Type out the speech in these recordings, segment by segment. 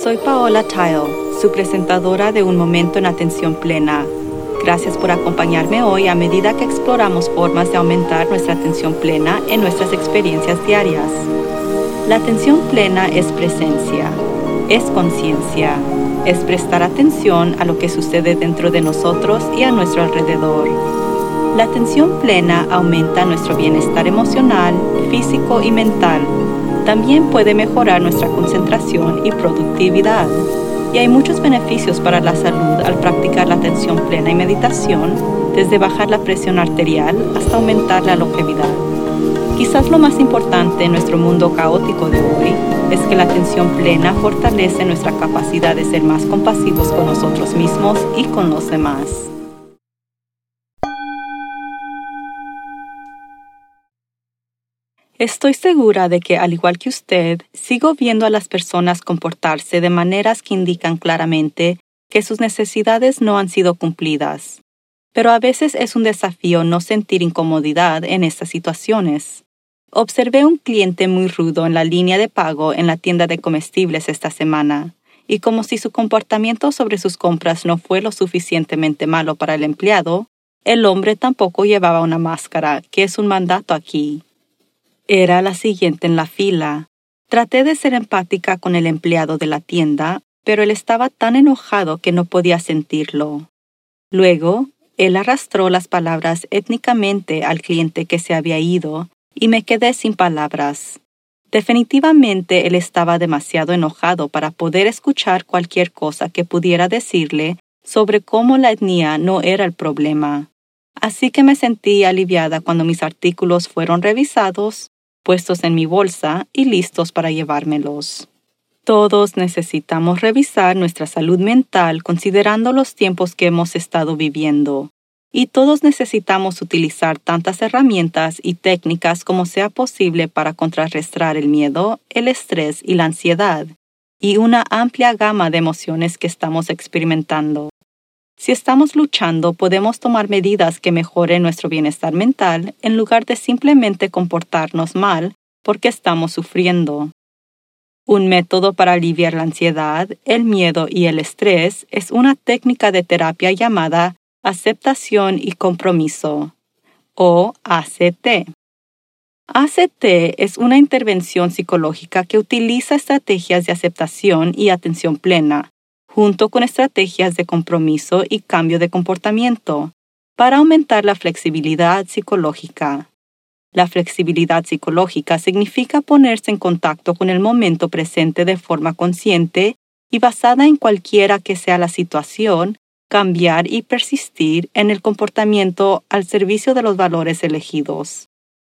Soy Paola Tile, su presentadora de Un Momento en Atención Plena. Gracias por acompañarme hoy a medida que exploramos formas de aumentar nuestra atención plena en nuestras experiencias diarias. La atención plena es presencia, es conciencia, es prestar atención a lo que sucede dentro de nosotros y a nuestro alrededor. La atención plena aumenta nuestro bienestar emocional, físico y mental. También puede mejorar nuestra concentración y productividad. Y hay muchos beneficios para la salud al practicar la atención plena y meditación, desde bajar la presión arterial hasta aumentar la longevidad. Quizás lo más importante en nuestro mundo caótico de hoy es que la atención plena fortalece nuestra capacidad de ser más compasivos con nosotros mismos y con los demás. Estoy segura de que, al igual que usted, sigo viendo a las personas comportarse de maneras que indican claramente que sus necesidades no han sido cumplidas. Pero a veces es un desafío no sentir incomodidad en estas situaciones. Observé un cliente muy rudo en la línea de pago en la tienda de comestibles esta semana, y como si su comportamiento sobre sus compras no fue lo suficientemente malo para el empleado, el hombre tampoco llevaba una máscara, que es un mandato aquí. Era la siguiente en la fila. Traté de ser empática con el empleado de la tienda, pero él estaba tan enojado que no podía sentirlo. Luego, él arrastró las palabras étnicamente al cliente que se había ido y me quedé sin palabras. Definitivamente él estaba demasiado enojado para poder escuchar cualquier cosa que pudiera decirle sobre cómo la etnia no era el problema. Así que me sentí aliviada cuando mis artículos fueron revisados, puestos en mi bolsa y listos para llevármelos. Todos necesitamos revisar nuestra salud mental considerando los tiempos que hemos estado viviendo, y todos necesitamos utilizar tantas herramientas y técnicas como sea posible para contrarrestar el miedo, el estrés y la ansiedad, y una amplia gama de emociones que estamos experimentando. Si estamos luchando, podemos tomar medidas que mejoren nuestro bienestar mental en lugar de simplemente comportarnos mal porque estamos sufriendo. Un método para aliviar la ansiedad, el miedo y el estrés es una técnica de terapia llamada aceptación y compromiso, o ACT. ACT es una intervención psicológica que utiliza estrategias de aceptación y atención plena, junto con estrategias de compromiso y cambio de comportamiento, para aumentar la flexibilidad psicológica. La flexibilidad psicológica significa ponerse en contacto con el momento presente de forma consciente y basada en cualquiera que sea la situación, cambiar y persistir en el comportamiento al servicio de los valores elegidos.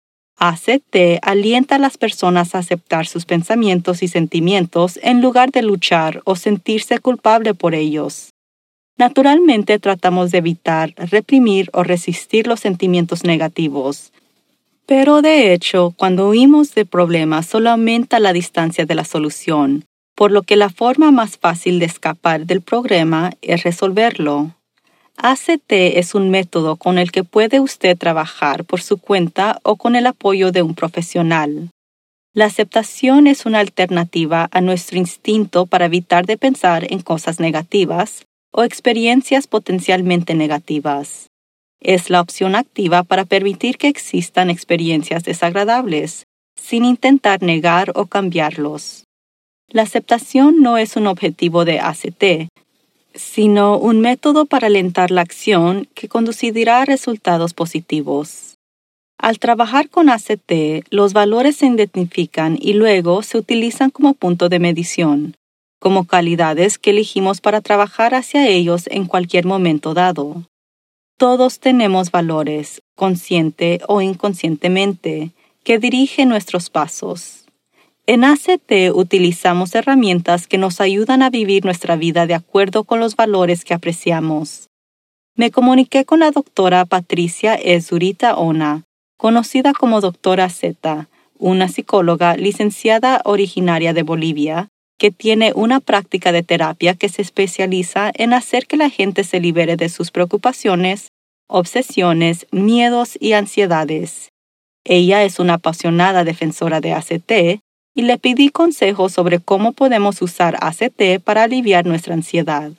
ACT alienta a las personas a aceptar sus pensamientos y sentimientos en lugar de luchar o sentirse culpable por ellos. Naturalmente tratamos de evitar, reprimir o resistir los sentimientos negativos. Pero de hecho, cuando huimos de problemas solo aumenta la distancia de la solución, por lo que la forma más fácil de escapar del problema es resolverlo. ACT es un método con el que puede usted trabajar por su cuenta o con el apoyo de un profesional. La aceptación es una alternativa a nuestro instinto para evitar de pensar en cosas negativas o experiencias potencialmente negativas. Es la opción activa para permitir que existan experiencias desagradables, sin intentar negar o cambiarlos. La aceptación no es un objetivo de ACT, sino un método para alentar la acción que conducirá a resultados positivos. Al trabajar con ACT, los valores se identifican y luego se utilizan como punto de medición, como calidades que elegimos para trabajar hacia ellos en cualquier momento dado. Todos tenemos valores, consciente o inconscientemente, que dirigen nuestros pasos. En ACT utilizamos herramientas que nos ayudan a vivir nuestra vida de acuerdo con los valores que apreciamos. Me comuniqué con la doctora Patricia Zurita Ona, conocida como Doctora Z, una psicóloga licenciada originaria de Bolivia, que tiene una práctica de terapia que se especializa en hacer que la gente se libere de sus preocupaciones, obsesiones, miedos y ansiedades. Ella es una apasionada defensora de ACT y le pedí consejos sobre cómo podemos usar ACT para aliviar nuestra ansiedad.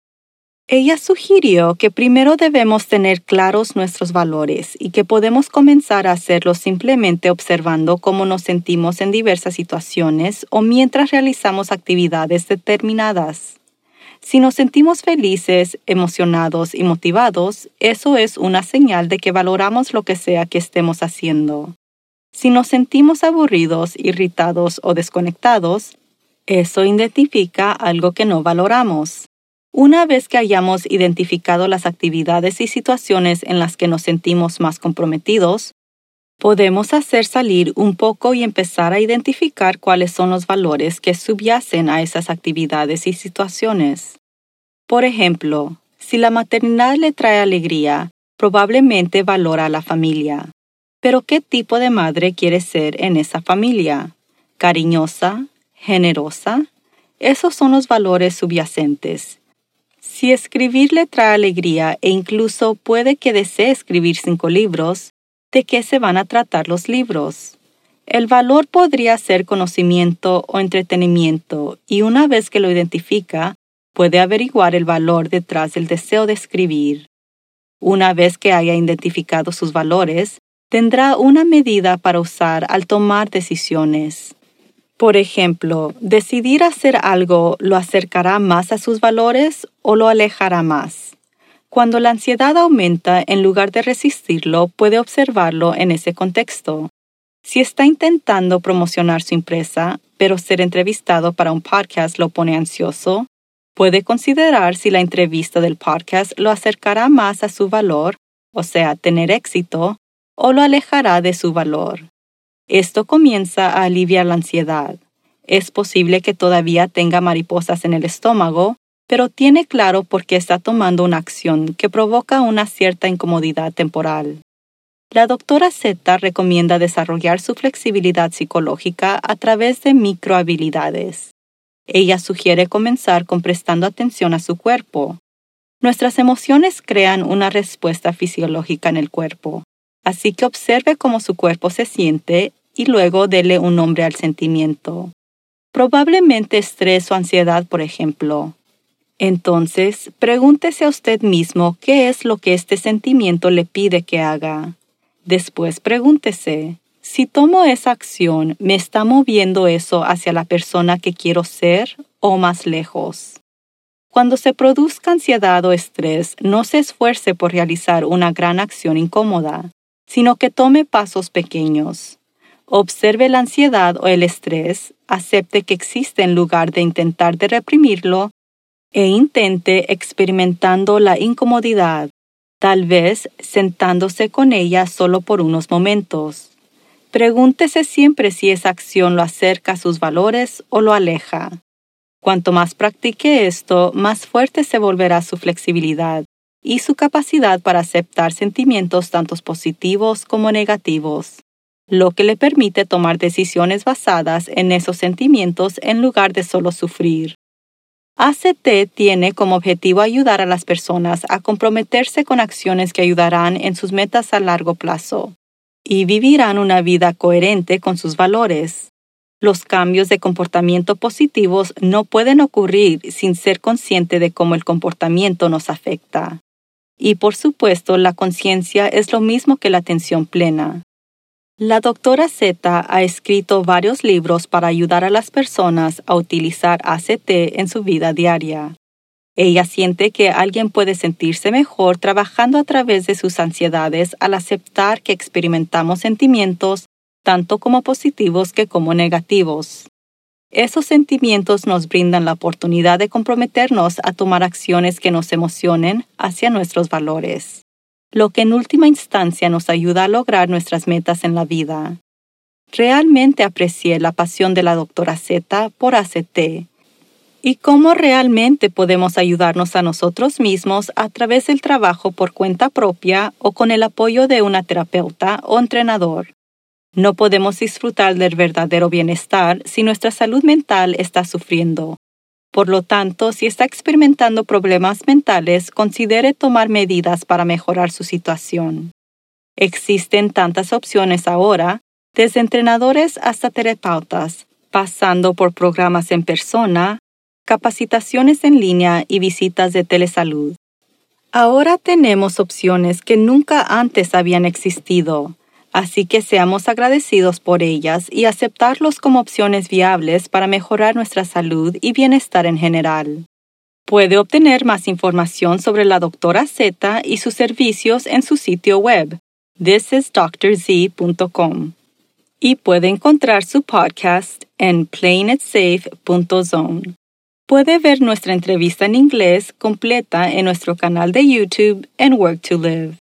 Ella sugirió que primero debemos tener claros nuestros valores y que podemos comenzar a hacerlo simplemente observando cómo nos sentimos en diversas situaciones o mientras realizamos actividades determinadas. Si nos sentimos felices, emocionados y motivados, eso es una señal de que valoramos lo que sea que estemos haciendo. Si nos sentimos aburridos, irritados o desconectados, eso identifica algo que no valoramos. Una vez que hayamos identificado las actividades y situaciones en las que nos sentimos más comprometidos, podemos hacer salir un poco y empezar a identificar cuáles son los valores que subyacen a esas actividades y situaciones. Por ejemplo, si la maternidad le trae alegría, probablemente valora a la familia. Pero ¿qué tipo de madre quiere ser en esa familia? ¿Cariñosa? ¿Generosa? Esos son los valores subyacentes. Si escribir le trae alegría e incluso puede que desee escribir 5 libros, ¿de qué se van a tratar los libros? El valor podría ser conocimiento o entretenimiento, y una vez que lo identifica, puede averiguar el valor detrás del deseo de escribir. Una vez que haya identificado sus valores, tendrá una medida para usar al tomar decisiones. Por ejemplo, decidir hacer algo lo acercará más a sus valores o lo alejará más. Cuando la ansiedad aumenta, en lugar de resistirlo, puede observarlo en ese contexto. Si está intentando promocionar su empresa, pero ser entrevistado para un podcast lo pone ansioso, puede considerar si la entrevista del podcast lo acercará más a su valor, o sea, tener éxito, o lo alejará de su valor. Esto comienza a aliviar la ansiedad. Es posible que todavía tenga mariposas en el estómago, pero tiene claro por qué está tomando una acción que provoca una cierta incomodidad temporal. La doctora Z recomienda desarrollar su flexibilidad psicológica a través de microhabilidades. Ella sugiere comenzar con prestando atención a su cuerpo. Nuestras emociones crean una respuesta fisiológica en el cuerpo. Así que observe cómo su cuerpo se siente y luego dele un nombre al sentimiento. Probablemente estrés o ansiedad, por ejemplo. Entonces, pregúntese a usted mismo qué es lo que este sentimiento le pide que haga. Después pregúntese, si tomo esa acción, ¿me está moviendo eso hacia la persona que quiero ser o más lejos? Cuando se produzca ansiedad o estrés, no se esfuerce por realizar una gran acción incómoda, sino que tome pasos pequeños. Observe la ansiedad o el estrés, acepte que existe en lugar de intentar de reprimirlo, e intente experimentando la incomodidad, tal vez sentándose con ella solo por unos momentos. Pregúntese siempre si esa acción lo acerca a sus valores o lo aleja. Cuanto más practique esto, más fuerte se volverá su flexibilidad y su capacidad para aceptar sentimientos tanto positivos como negativos, lo que le permite tomar decisiones basadas en esos sentimientos en lugar de solo sufrir. ACT tiene como objetivo ayudar a las personas a comprometerse con acciones que ayudarán en sus metas a largo plazo y vivirán una vida coherente con sus valores. Los cambios de comportamiento positivos no pueden ocurrir sin ser consciente de cómo el comportamiento nos afecta. Y por supuesto, la conciencia es lo mismo que la atención plena. La doctora Z ha escrito varios libros para ayudar a las personas a utilizar ACT en su vida diaria. Ella siente que alguien puede sentirse mejor trabajando a través de sus ansiedades al aceptar que experimentamos sentimientos tanto como positivos que como negativos. Esos sentimientos nos brindan la oportunidad de comprometernos a tomar acciones que nos emocionen hacia nuestros valores, lo que en última instancia nos ayuda a lograr nuestras metas en la vida. Realmente aprecié la pasión de la doctora Z por ACT y cómo realmente podemos ayudarnos a nosotros mismos a través del trabajo por cuenta propia o con el apoyo de una terapeuta o entrenador. No podemos disfrutar del verdadero bienestar si nuestra salud mental está sufriendo. Por lo tanto, si está experimentando problemas mentales, considere tomar medidas para mejorar su situación. Existen tantas opciones ahora, desde entrenadores hasta terapeutas, pasando por programas en persona, capacitaciones en línea y visitas de telesalud. Ahora tenemos opciones que nunca antes habían existido, así que seamos agradecidos por ellas y aceptarlos como opciones viables para mejorar nuestra salud y bienestar en general. Puede obtener más información sobre la Dra. Z y sus servicios en su sitio web, thisisdrz.com, y puede encontrar su podcast en playingitsafe.zone. Puede ver nuestra entrevista en inglés completa en nuestro canal de YouTube en Work to Live.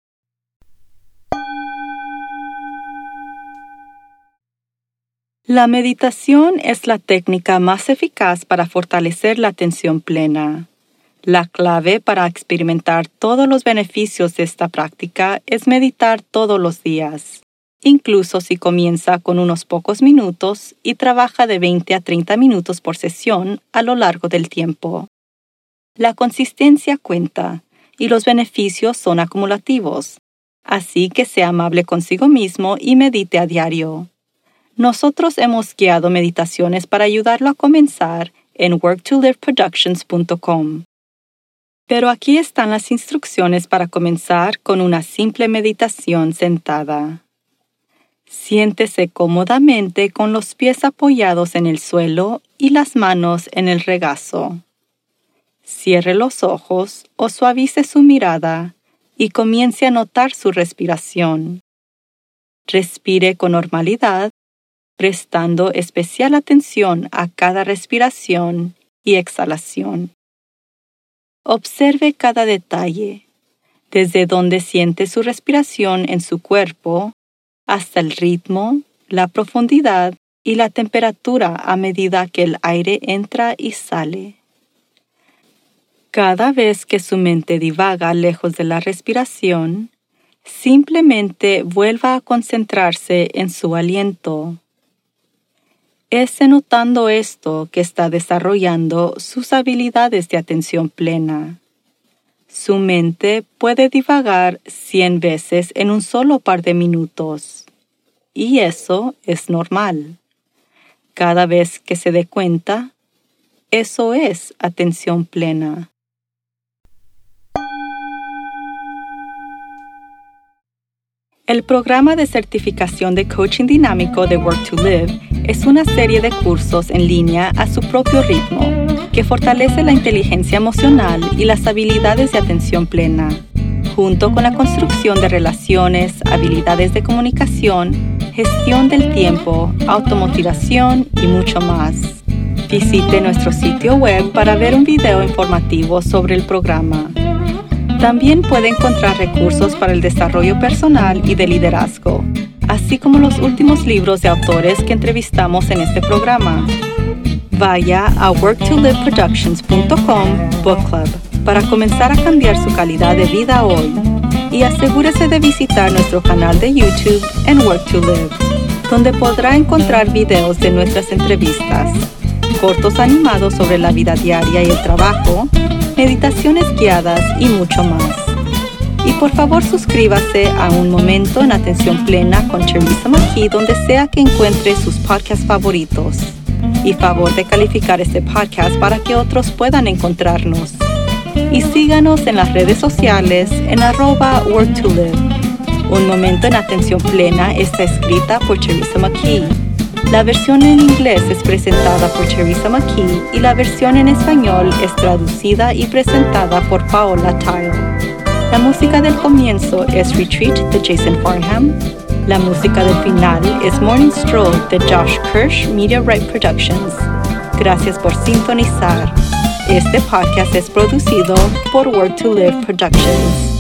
La meditación es la técnica más eficaz para fortalecer la atención plena. La clave para experimentar todos los beneficios de esta práctica es meditar todos los días, incluso si comienza con unos pocos minutos y trabaja de 20 a 30 minutos por sesión a lo largo del tiempo. La consistencia cuenta y los beneficios son acumulativos, así que sea amable consigo mismo y medite a diario. Nosotros hemos guiado meditaciones para ayudarlo a comenzar en worktoliveproductions.com. Pero aquí están las instrucciones para comenzar con una simple meditación sentada. Siéntese cómodamente con los pies apoyados en el suelo y las manos en el regazo. Cierre los ojos o suavice su mirada y comience a notar su respiración. Respire con normalidad, prestando especial atención a cada respiración y exhalación. Observe cada detalle, desde donde siente su respiración en su cuerpo, hasta el ritmo, la profundidad y la temperatura a medida que el aire entra y sale. Cada vez que su mente divaga lejos de la respiración, simplemente vuelva a concentrarse en su aliento. Es notando esto que está desarrollando sus habilidades de atención plena. Su mente puede divagar 100 veces en un solo par de minutos, y eso es normal. Cada vez que se dé cuenta, eso es atención plena. El programa de certificación de coaching dinámico de Work to Live es una serie de cursos en línea a su propio ritmo que fortalece la inteligencia emocional y las habilidades de atención plena, junto con la construcción de relaciones, habilidades de comunicación, gestión del tiempo, automotivación y mucho más. Visite nuestro sitio web para ver un video informativo sobre el programa. También puede encontrar recursos para el desarrollo personal y de liderazgo, así como los últimos libros de autores que entrevistamos en este programa. Vaya a worktoliveproductions.com Book Club para comenzar a cambiar su calidad de vida hoy y asegúrese de visitar nuestro canal de YouTube en Work to Live, donde podrá encontrar videos de nuestras entrevistas, cortos animados sobre la vida diaria y el trabajo, meditaciones guiadas y mucho más. Y por favor suscríbase a Un Momento en Atención Plena con Teresa McKee donde sea que encuentre sus podcasts favoritos. Y favor de calificar este podcast para que otros puedan encontrarnos. Y síganos en las redes sociales en @worktolive. Un Momento en Atención Plena está escrita por Teresa McKee. La versión en inglés es presentada por Teresa McKee y la versión en español es traducida y presentada por Paola Tile. La música del comienzo es Retreat de Jason Farnham. La música del final es Morning Stroll de Josh Kirsch Media Right Productions. Gracias por sintonizar. Este podcast es producido por Work to Live Productions.